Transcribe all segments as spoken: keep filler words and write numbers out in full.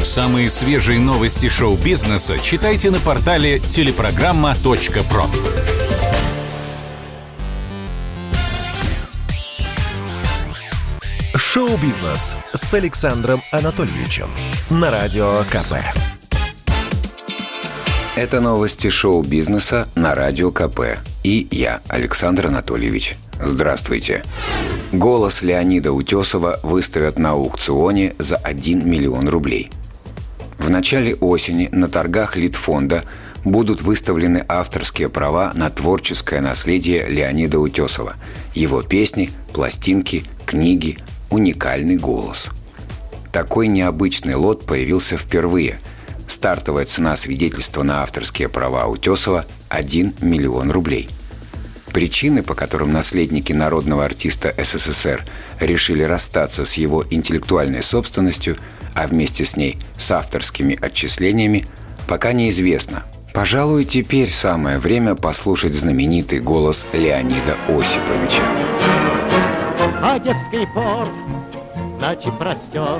Самые свежие новости шоу-бизнеса читайте на портале телепрограмма точка про. Шоу-бизнес с Александром Анатольевичем на Радио КП. Это новости шоу-бизнеса на Радио КП. И я, Александр Анатольевич. Здравствуйте. «Голос» Леонида Утесова выставят на аукционе за один миллион рублей. В начале осени на торгах Литфонда будут выставлены авторские права на творческое наследие Леонида Утесова, его песни, пластинки, книги, уникальный голос. Такой необычный лот появился впервые. Стартовая цена свидетельства на авторские права Утесова – один миллион рублей. Причины, по которым наследники народного артиста СССР решили расстаться с его интеллектуальной собственностью, а вместе с ней с авторскими отчислениями, пока неизвестно. Пожалуй, теперь самое время послушать знаменитый голос Леонида Осиповича. Одесский порт ночи простер,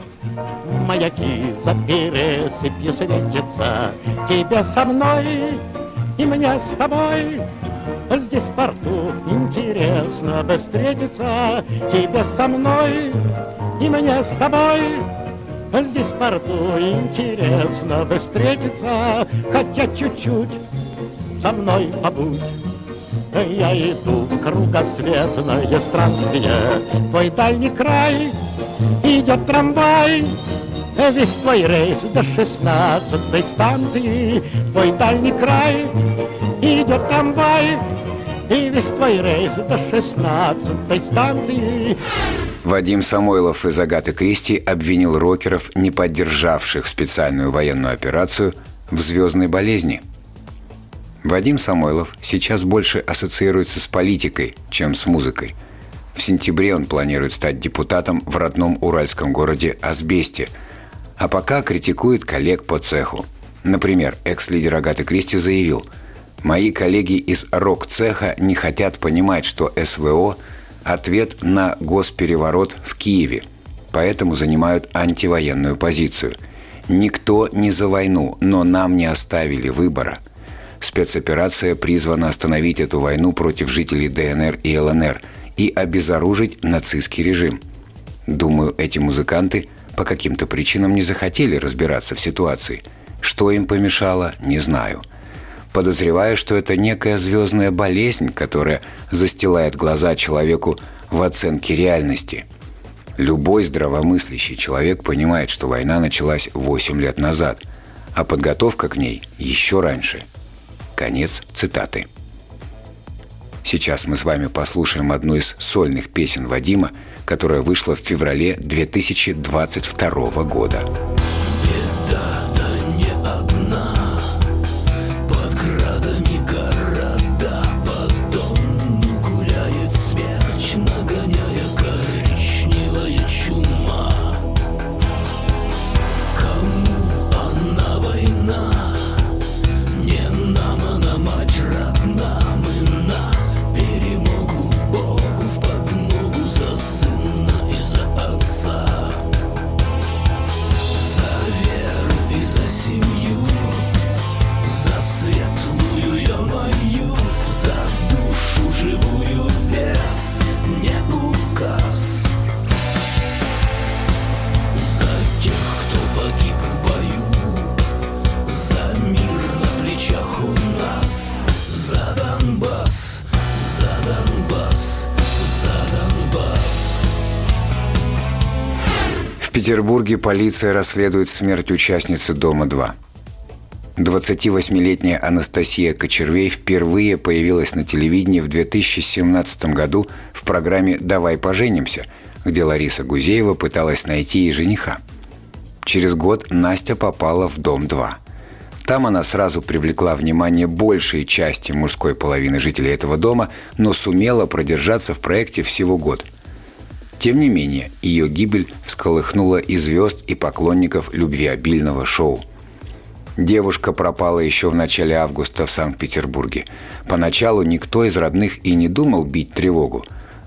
маяки за пересыпью светятся. Тебе со мной и мне с тобой здесь в порту интересно бы встретиться. Тебе со мной и мне с тобой здесь в порту интересно бы встретиться. Хотя чуть-чуть со мной побудь. Я иду в кругосветное странствие, твой дальний край, идет трамвай. Весь твой рейс до шестнадцатой станции, твой дальний край, идет трамвай. И весь твой рейс до шестнадцатой станции. Вадим Самойлов из «Агаты Кристи» обвинил рокеров, не поддержавших специальную военную операцию, в звездной болезни. Вадим Самойлов сейчас больше ассоциируется с политикой, чем с музыкой. В сентябре он планирует стать депутатом в родном уральском городе Асбесте, а пока критикует коллег по цеху. Например, экс-лидер «Агаты Кристи» заявил: «Мои коллеги из рок-цеха не хотят понимать, что СВО – ответ на госпереворот в Киеве, поэтому занимают антивоенную позицию. Никто не за войну, но нам не оставили выбора. Спецоперация призвана остановить эту войну против жителей ДНР и ЛНР и обезоружить нацистский режим. Думаю, эти музыканты по каким-то причинам не захотели разбираться в ситуации. Что им помешало, не знаю. Подозреваю, что это некая звездная болезнь, которая застилает глаза человеку в оценке реальности. Любой здравомыслящий человек понимает, что война началась восемь лет назад, а подготовка к ней еще раньше». Конец цитаты. Сейчас мы с вами послушаем одну из сольных песен Вадима, которая вышла в феврале две тысячи двадцать второго года. В Петербурге полиция расследует смерть участницы «Дома-два». двадцативосьмилетняя Анастасия Кочервей впервые появилась на телевидении в две тысячи семнадцатом году в программе «Давай поженимся», где Лариса Гузеева пыталась найти ей жениха. Через год Настя попала в «Дом-два». Там она сразу привлекла внимание большей части мужской половины жителей этого дома, но сумела продержаться в проекте всего год. Тем не менее, ее гибель всколыхнула и звезд, и поклонников любвеобильного шоу. Девушка пропала еще в начале августа в Санкт-Петербурге. Поначалу никто из родных и не думал бить тревогу.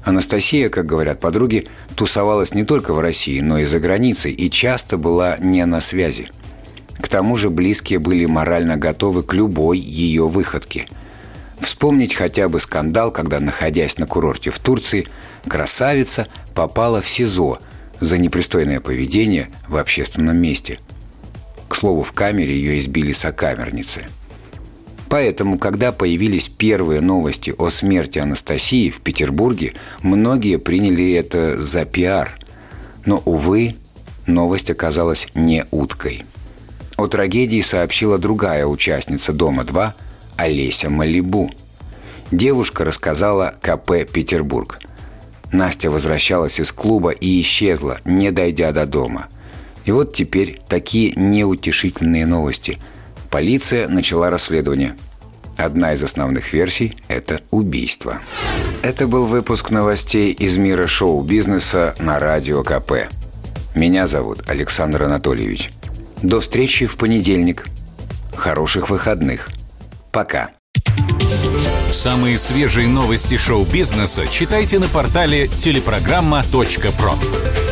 Анастасия, как говорят подруги, тусовалась не только в России, но и за границей, и часто была не на связи. К тому же близкие были морально готовы к любой ее выходке. Вспомнить хотя бы скандал, когда, находясь на курорте в Турции, красавица попала в СИЗО за непристойное поведение в общественном месте. К слову, в камере ее избили сокамерницы. Поэтому, когда появились первые новости о смерти Анастасии в Петербурге, многие приняли это за пиар. Но, увы, новость оказалась не уткой. О трагедии сообщила другая участница «Дома-два» Олеся Малибу. Девушка рассказала ка пэ «Петербург». Настя возвращалась из клуба и исчезла, не дойдя до дома. И вот теперь такие неутешительные новости. Полиция начала расследование. Одна из основных версий – это убийство. Это был выпуск новостей из мира шоу-бизнеса на радио ка пэ. Меня зовут Александр Анатольевич. До встречи в понедельник. Хороших выходных. Пока. Самые свежие новости шоу-бизнеса читайте на портале телепрограмма точка про.